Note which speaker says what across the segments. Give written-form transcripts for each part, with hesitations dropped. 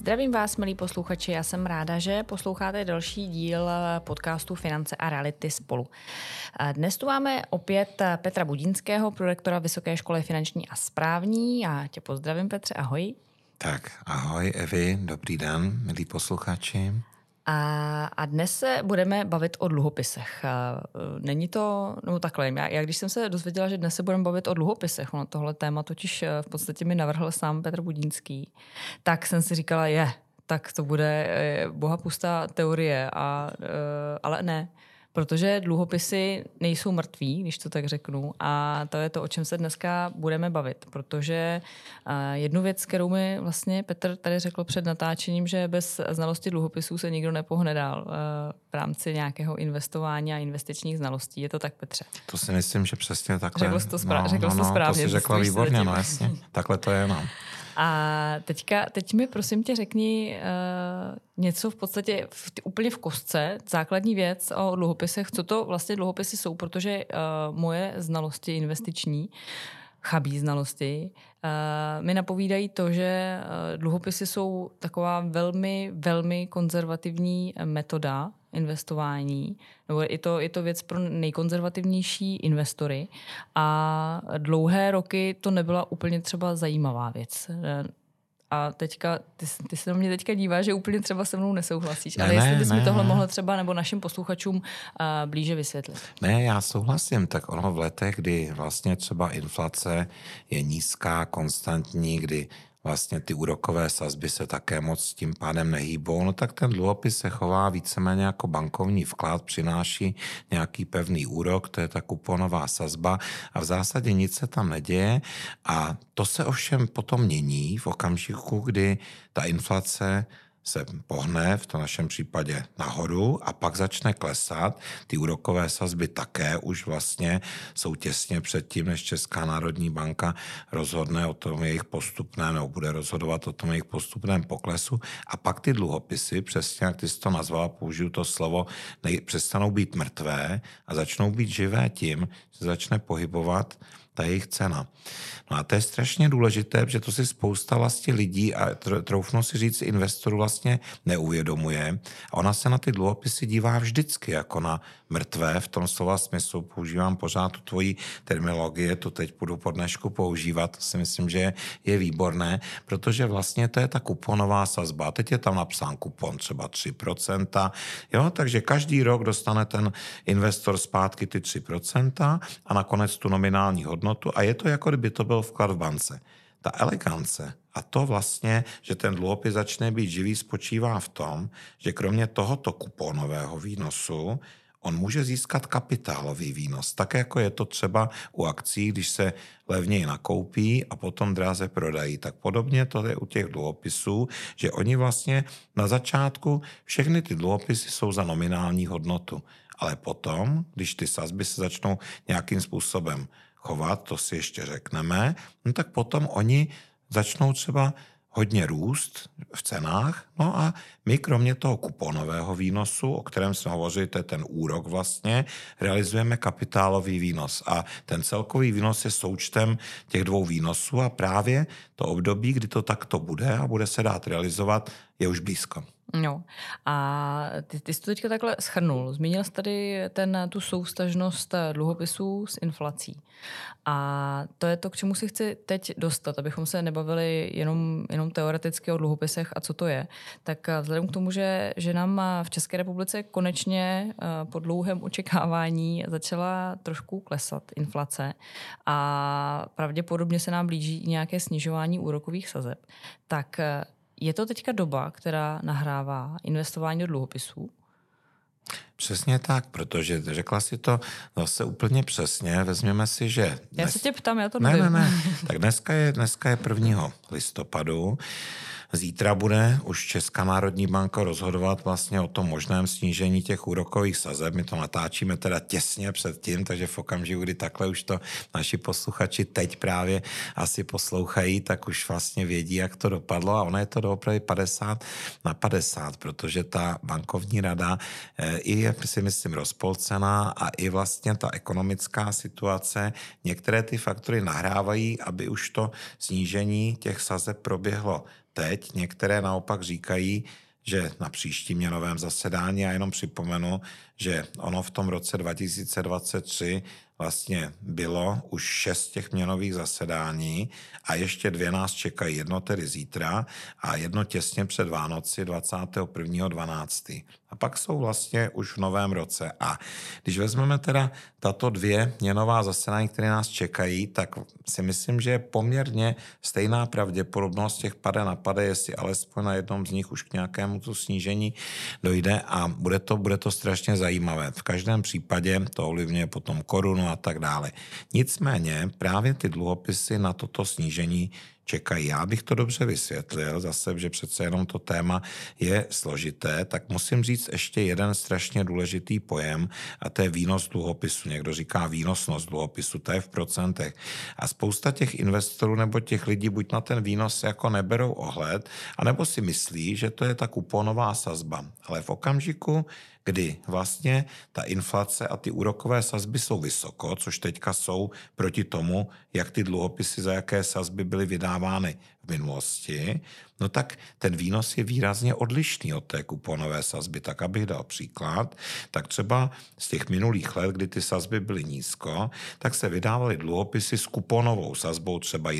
Speaker 1: Zdravím vás, milí posluchači, já jsem ráda, že posloucháte další díl podcastu Finance a reality spolu. Dnes tu máme opět Petra Budínského, prorektora Vysoké školy finanční a správní. Já tě pozdravím, Petře, ahoj.
Speaker 2: Tak, ahoj Evi, dobrý den, milí posluchači.
Speaker 1: A dnes se budeme bavit o dluhopisech. Není to, no takhle, já když jsem se dozvěděla, že dnes se budeme bavit o dluhopisech, ono tohle téma totiž v podstatě mi navrhl sám Petr Budínský, tak jsem si říkala, tak to bude bohapustá teorie, ale ne. Protože dluhopisy nejsou mrtví, když to tak řeknu, a to je to, o čem se dneska budeme bavit, protože jednu věc, kterou mi vlastně Petr tady řekl před natáčením, že bez znalosti dluhopisů se nikdo nepohne dál v rámci nějakého investování a investičních znalostí. Je to tak, Petře?
Speaker 2: To si myslím, že přesně takhle.
Speaker 1: Řekl jsi to správně.
Speaker 2: To si řekla výborně, no jasně. Takhle to je, no.
Speaker 1: A teď mi prosím tě řekni něco v podstatě úplně v kostce, základní věc o dluhopisech, co to vlastně dluhopisy jsou, protože moje znalosti investiční, chabí znalosti, mi napovídají to, že dluhopisy jsou taková velmi, velmi konzervativní metoda investování, nebo je to věc pro nejkonzervativnější investory a dlouhé roky to nebyla úplně třeba zajímavá věc. A teďka, ty se na mě teďka díváš, že úplně třeba se mnou nesouhlasíš, ale jestli bys mi tohle mohl třeba nebo našim posluchačům blíže vysvětlit.
Speaker 2: Ne, já souhlasím, tak ono v letech, kdy vlastně třeba inflace je nízká, konstantní, kdy vlastně ty úrokové sazby se také moc tím pádem nehýbou, no tak ten dluhopis se chová víceméně jako bankovní vklad, přináší nějaký pevný úrok, to je ta kuponová sazba a v zásadě nic se tam neděje a to se ovšem potom mění v okamžiku, kdy ta inflace se pohne, v tom našem případě nahoru a pak začne klesat. Ty úrokové sazby také už vlastně jsou těsně před tím, než Česká národní banka rozhodne o tom jejich postupném, nebo bude rozhodovat o tom jejich postupném poklesu. A pak ty dluhopisy, přesně jak ty jsi to nazvala, použiju to slovo, přestanou být mrtvé a začnou být živé tím, že začne pohybovat ta jejich cena. No a to je strašně důležité, protože to si spousta vlastně lidí a troufnu si říct investorů vlastně neuvědomuje. A ona se na ty dluhopisy dívá vždycky jako na mrtvé, v tom slova smyslu používám pořád tu tvoji terminologii, to teď budu po dnešku používat, to si myslím, že je výborné, protože vlastně to je ta kuponová sazba. Teď je tam napsán kupon třeba 3%, jo, takže každý rok dostane ten investor zpátky ty 3% a nakonec tu nominální hodnotu a je to jako kdyby to byl vklad v bance. Ta elegance a to vlastně, že ten dluhopis začne být živý, spočívá v tom, že kromě tohoto kuponového výnosu on může získat kapitálový výnos. Tak jako je to třeba u akcí, když se levněji nakoupí a potom dráze prodají. Tak podobně to je u těch dluhopisů, že oni vlastně na začátku všechny ty dluhopisy jsou za nominální hodnotu. Ale potom, když ty sazby se začnou nějakým způsobem chovat, to si ještě řekneme, no tak potom oni začnou třeba hodně růst v cenách, no a my kromě toho kuponového výnosu, o kterém jsme hovořili, to je ten úrok vlastně, realizujeme kapitálový výnos a ten celkový výnos je součtem těch dvou výnosů a právě to období, kdy to takto bude a bude se dát realizovat, je už blízko.
Speaker 1: No a ty jsi to teďka takhle shrnul. Zmínil jsi tady tu souvztažnost dluhopisů s inflací. A to je to, k čemu si chci teď dostat, abychom se nebavili jenom teoreticky o dluhopisech a co to je. Tak vzhledem k tomu, že nám v České republice konečně po dlouhém očekávání začala trošku klesat inflace a pravděpodobně se nám blíží nějaké snižování úrokových sazeb, tak je to teďka doba, která nahrává investování do dluhopisů?
Speaker 2: Přesně tak, protože řekla si to zase úplně přesně. Vezměme si, že...
Speaker 1: Já se tě ptám, já to nevím.
Speaker 2: Ne. Tak dneska je 1. listopadu. Zítra bude už Česká národní banka rozhodovat vlastně o tom možném snížení těch úrokových sazeb. My to natáčíme teda těsně před tím, takže v okamžiku, kdy takhle už to naši posluchači teď právě asi poslouchají, tak už vlastně vědí, jak to dopadlo a ono je to doopravdy 50/50, protože ta bankovní rada je si myslím rozpolcená a i vlastně ta ekonomická situace, některé ty faktory nahrávají, aby už to snížení těch sazeb proběhlo teď některé naopak říkají, že na příští měnovém zasedání, já jenom připomenu, že ono v tom roce 2023 vlastně bylo už 6 těch měnových zasedání a ještě 2 nás čekají. Jedno tedy zítra a jedno těsně před Vánoci 21.12. A pak jsou vlastně už v novém roce. A když vezmeme teda tato 2 měnová zasedání, které nás čekají, tak si myslím, že je poměrně stejná pravděpodobnost těch pade na pade, jestli alespoň na jednom z nich už k nějakému tu snížení dojde a bude to strašně zajímavé. V každém případě to ovlivňuje potom korunu a tak dále. Nicméně právě ty dluhopisy na toto snížení čekají. Já bych to dobře vysvětlil zase, že přece jenom to téma je složité, tak musím říct ještě jeden strašně důležitý pojem a to je výnos dluhopisu. Někdo říká výnosnost dluhopisu, to je v procentech. A spousta těch investorů nebo těch lidí buď na ten výnos jako neberou ohled, anebo si myslí, že to je ta kuponová sazba. Ale v okamžiku, kdy vlastně ta inflace a ty úrokové sazby jsou vysoko, což teďka jsou proti tomu, jak ty dluhopisy za jaké sazby byly vydávány v minulosti, no tak ten výnos je výrazně odlišný od té kuponové sazby. Tak abych dal příklad, tak třeba z těch minulých let, kdy ty sazby byly nízko, tak se vydávaly dluhopisy s kuponovou sazbou třeba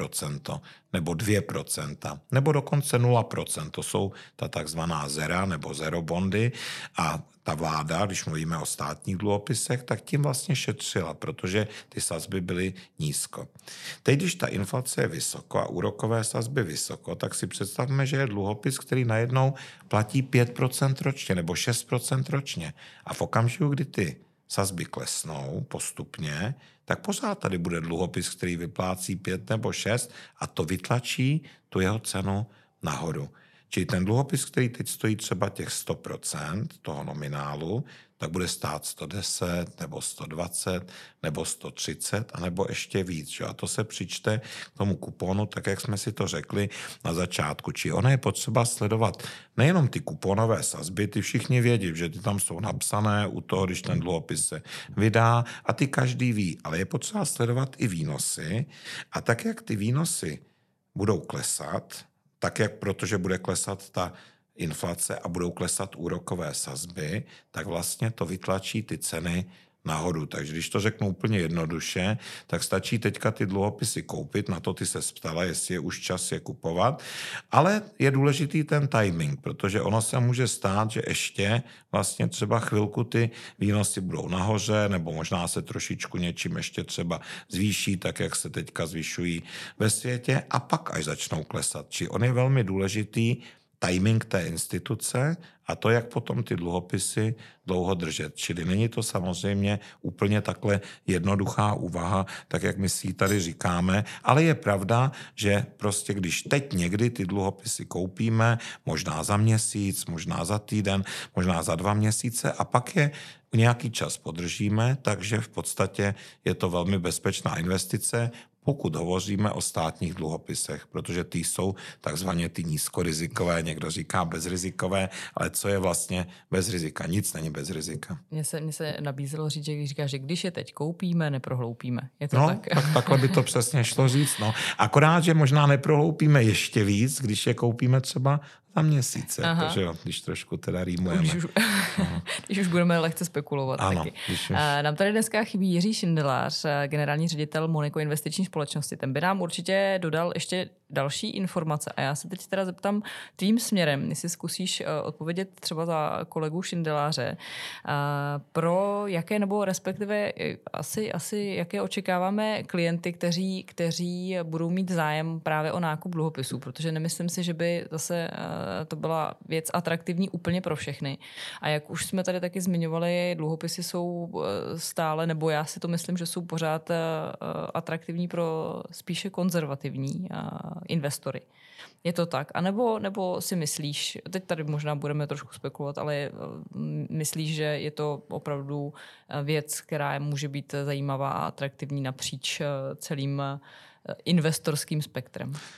Speaker 2: 1% nebo 2%, nebo dokonce 0%. To jsou ta takzvaná zera nebo zero bondy a ta vláda, když mluvíme o státních dluhopisech, tak tím vlastně šetřila, protože ty sazby byly nízko. Teď, když ta inflace je vysoko a úrokové sazby vysoko, tak si představme, že je dluhopis, který najednou platí 5% ročně nebo 6% ročně. A v okamžiku, kdy ty sazby klesnou postupně, tak pořád tady bude dluhopis, který vyplácí 5 nebo 6 a to vytlačí tu jeho cenu nahoru. Čili ten dluhopis, který teď stojí třeba těch 100% toho nominálu, tak bude stát 110 nebo 120 nebo 130 a nebo ještě víc. Že? A to se přičte k tomu kuponu, tak jak jsme si to řekli na začátku. Či ono je potřeba sledovat nejenom ty kuponové sazby, ty všichni vědí, že ty tam jsou napsané u toho, když ten dluhopis se vydá a ty každý ví, ale je potřeba sledovat i výnosy a tak, jak ty výnosy budou klesat, tak jak protože bude klesat ta inflace a budou klesat úrokové sazby, tak vlastně to vytlačí ty ceny nahoru. Takže když to řeknu úplně jednoduše, tak stačí teďka ty dluhopisy koupit, na to ty se ptala, jestli je už čas je kupovat, ale je důležitý ten timing, protože ono se může stát, že ještě vlastně třeba chvilku ty výnosy budou nahoře, nebo možná se trošičku něčím ještě třeba zvýší, tak jak se teďka zvyšují ve světě, a pak až začnou klesat. Či on je velmi důležitý timing té instituce a to, jak potom ty dluhopisy dlouho držet. Čili není to samozřejmě úplně takhle jednoduchá úvaha, tak jak my si ji tady říkáme, ale je pravda, že prostě když teď někdy ty dluhopisy koupíme, možná za měsíc, možná za týden, možná za 2 měsíce a pak je nějaký čas podržíme, takže v podstatě je to velmi bezpečná investice, pokud hovoříme o státních dluhopisech, protože ty jsou takzvaně ty nízkorizikové, někdo říká bezrizikové, ale co je vlastně bez rizika? Nic není bez rizika.
Speaker 1: Mně se nabízelo říct, že když říkáš, že když je teď koupíme, neprohloupíme. Je to
Speaker 2: no,
Speaker 1: tak?
Speaker 2: Takhle by to přesně šlo říct. No. Akorát, že možná neprohloupíme ještě víc, když je koupíme třeba za měsíce, takže jo, když trošku teda rýmujeme.
Speaker 1: Když už budeme lehce spekulovat.
Speaker 2: Ano,
Speaker 1: taky.
Speaker 2: Už...
Speaker 1: Nám tady dneska chybí Jiří Šindelář, generální ředitel Moneco investiční společnosti. Ten by nám určitě dodal ještě další informace. A já se teď teda zeptám tvým směrem, jestli zkusíš odpovědět třeba za kolegu Šindeláře, pro jaké, nebo respektive asi jaké očekáváme klienty, kteří budou mít zájem právě o nákup dluhopisů, protože nemyslím si, že by zase to byla věc atraktivní úplně pro všechny. A jak už jsme tady taky zmiňovali, dluhopisy jsou stále, nebo já si to myslím, že jsou pořád atraktivní pro spíše konzervativní investory. Je to tak? A nebo si myslíš, teď tady možná budeme trošku spekulovat, ale myslíš, že je to opravdu věc, která může být zajímavá a atraktivní napříč celým investorským spektrem?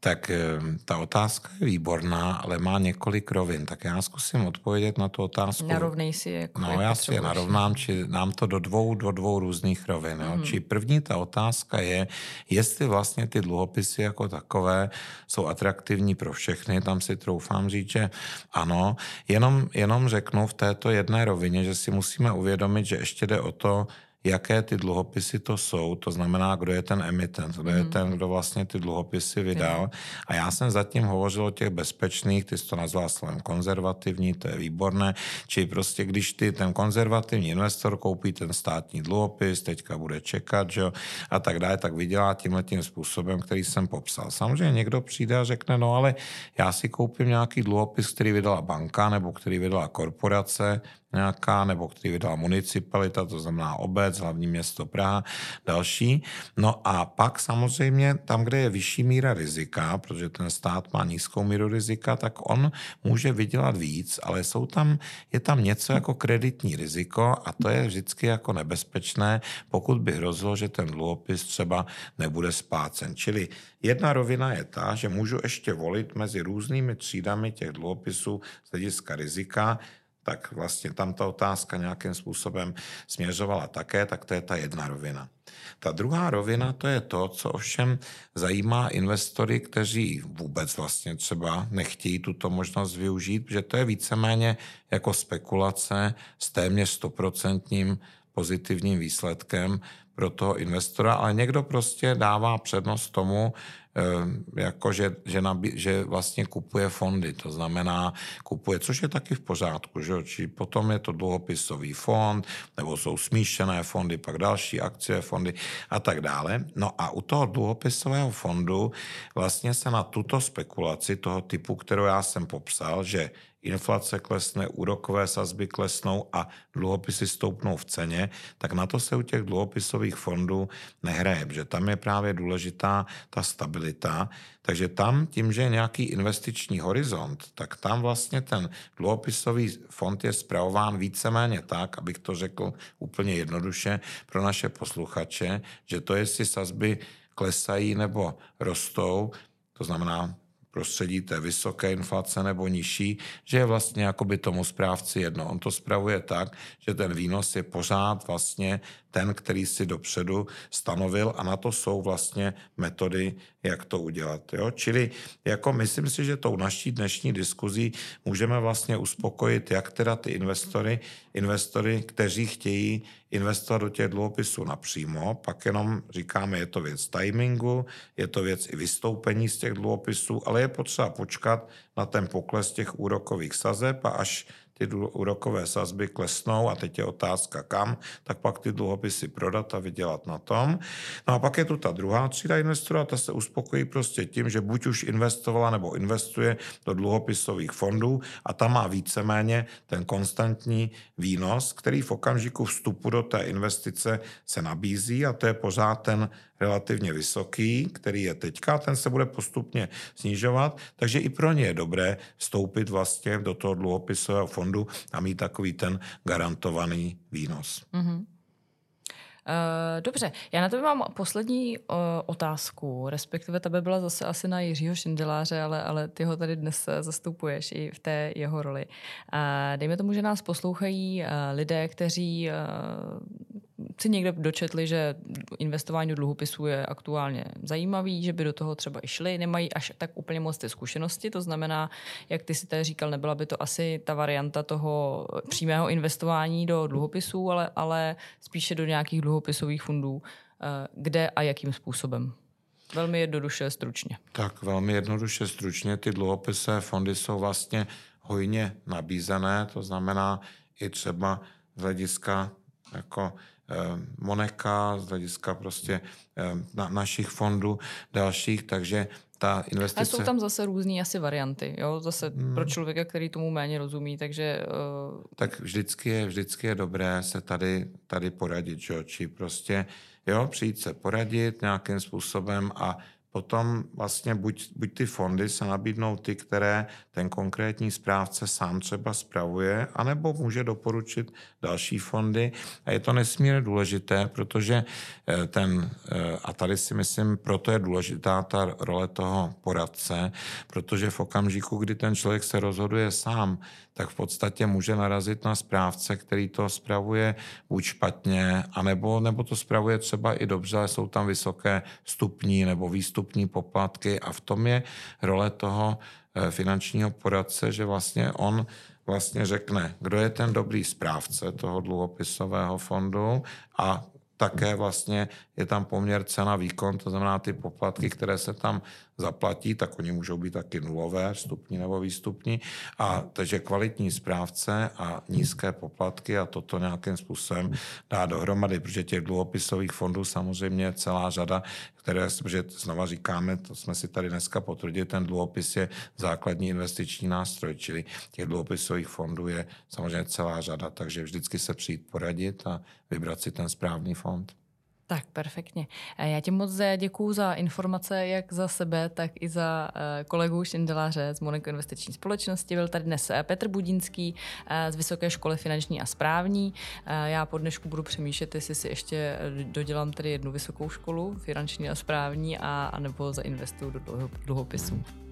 Speaker 2: Tak ta otázka je výborná, ale má několik rovin. Tak já zkusím odpovědět na tu otázku.
Speaker 1: Narovnej si, jak
Speaker 2: já si je narovnám, či nám to do dvou různých rovin. Jo? Či první ta otázka je, jestli vlastně ty dluhopisy jako takové jsou atraktivní pro všechny. Tam si troufám říct, že ano. Jenom řeknu v této jedné rovině, že si musíme uvědomit, že ještě jde o to, jaké ty dluhopisy to jsou, to znamená, kdo je ten emitent, kdo je ten, kdo vlastně ty dluhopisy vydal. A já jsem zatím hovořil o těch bezpečných, ty jsi to nazval slovem konzervativní, to je výborné, či prostě když ten konzervativní investor koupí ten státní dluhopis, teďka bude čekat, že, a tak dále, tak vydělá tímhletím způsobem, který jsem popsal. Samozřejmě někdo přijde a řekne, no ale já si koupím nějaký dluhopis, který vydala banka nebo který vydala korporace, nějaká, nebo který vydala municipalita, to znamená obec, hlavní město Praha, další. No a pak samozřejmě tam, kde je vyšší míra rizika, protože ten stát má nízkou míru rizika, tak on může vydělat víc, ale je tam něco jako kreditní riziko a to je vždycky jako nebezpečné, pokud by hrozilo, že ten dluhopis třeba nebude splácen. Čili jedna rovina je ta, že můžu ještě volit mezi různými třídami těch dluhopisů z hlediska rizika, tak vlastně tam ta otázka nějakým způsobem směřovala také, tak to je ta jedna rovina. Ta druhá rovina, to je to, co ovšem zajímá investory, kteří vůbec vlastně třeba nechtějí tuto možnost využít, protože to je víceméně jako spekulace s téměř 100% pozitivním výsledkem pro toho investora, ale někdo prostě dává přednost tomu, jako že vlastně kupuje fondy, to znamená kupuje, což je taky v pořádku, že? Či potom je to dluhopisový fond, nebo jsou smíšené fondy, pak další akcie fondy a tak dále. No a u toho dluhopisového fondu vlastně se na tuto spekulaci toho typu, kterou já jsem popsal, že inflace klesne, úrokové sazby klesnou a dluhopisy stoupnou v ceně, tak na to se u těch dluhopisových fondů nehraje, protože tam je právě důležitá ta stabilita. Takže tam tím, že je nějaký investiční horizont, tak tam vlastně ten dluhopisový fond je spravován víceméně tak, abych to řekl úplně jednoduše pro naše posluchače, že to, jestli sazby klesají nebo rostou, to znamená prostředí té vysoké inflace nebo nižší, že je vlastně jakoby tomu správci jedno. On to spravuje tak, že ten výnos je pořád vlastně ten, který si dopředu stanovil a na to jsou vlastně metody, jak to udělat. Jo? Čili jako myslím si, že tou naší dnešní diskuzí můžeme vlastně uspokojit jak teda ty investory, kteří chtějí investovat do těch dluhopisů napřímo, pak jenom říkáme, je to věc timingu, je to věc i vystoupení z těch dluhopisů, ale je potřeba počkat na ten pokles těch úrokových sazeb a až ty úrokové sazby klesnou a teď je otázka kam, tak pak ty dluhopisy prodat a vydělat na tom. No a pak je tu ta druhá třída investorů a ta se uspokojí prostě tím, že buď už investovala nebo investuje do dluhopisových fondů a ta má víceméně ten konstantní výnos, který v okamžiku vstupu do té investice se nabízí a to je pořád ten relativně vysoký, který je teďka, ten se bude postupně snižovat, takže i pro ně je dobré vstoupit vlastně do toho dluhopisového fondu a mít takový ten garantovaný výnos.
Speaker 1: Mm-hmm. Dobře, já na tebe mám poslední otázku, respektive ta by byla zase asi na Jiřího Šindeláře, ale ty ho tady dnes zastupuješ i v té jeho roli. Dejme tomu, že nás poslouchají lidé, kteří si někde dočetli, že investování do dluhopisů je aktuálně zajímavý, že by do toho třeba i šli, nemají až tak úplně moc ty zkušenosti, to znamená, jak ty si tady říkal, nebyla by to asi ta varianta toho přímého investování do dluhopisů, ale spíše do nějakých dluhopisových fondů, kde a jakým způsobem. Velmi jednoduše, stručně.
Speaker 2: Tak velmi jednoduše, stručně. Ty dluhopisové fondy jsou vlastně hojně nabízené, to znamená i třeba z hlediska jako Moneka, z hlediska prostě našich fondů dalších, takže ta investice...
Speaker 1: A jsou tam zase různý asi varianty, jo? Zase pro člověka, který tomu méně rozumí, takže...
Speaker 2: Tak vždycky je dobré se tady poradit, že? Či prostě přijít se poradit nějakým způsobem a potom vlastně buď ty fondy se nabídnou ty, které ten konkrétní správce sám třeba spravuje, anebo může doporučit další fondy. A je to nesmírně důležité, protože a tady si myslím, proto je důležitá ta role toho poradce, protože v okamžiku, kdy ten člověk se rozhoduje sám, tak v podstatě může narazit na správce, který to spravuje buď špatně, nebo to spravuje třeba i dobře, ale jsou tam vysoké vstupní nebo výstupní poplatky a v tom je role toho finančního poradce, že vlastně on vlastně řekne, kdo je ten dobrý správce toho dluhopisového fondu a také vlastně je tam poměr cena výkon, to znamená ty poplatky, které se tam zaplatí, tak oni můžou být taky nulové, vstupní nebo výstupní. A takže kvalitní správce a nízké poplatky a toto nějakým způsobem dá dohromady, protože těch dluhopisových fondů samozřejmě je celá řada, protože znova říkáme, to jsme si tady dneska potvrdili, ten dluhopis je základní investiční nástroj, čili těch dluhopisových fondů je samozřejmě celá řada, takže vždycky se přijít poradit a vybrat si ten správný fond.
Speaker 1: Tak, perfektně. Já ti moc děkuju za informace, jak za sebe, tak i za kolegu Šindeláře z Monaco investiční společnosti. Byl tady dnes Petr Budínský z Vysoké školy finanční a správní. Já po dnešku budu přemýšlet, jestli si ještě dodělám tady jednu vysokou školu finanční a správní a nebo zainvestuju do dluhopisů.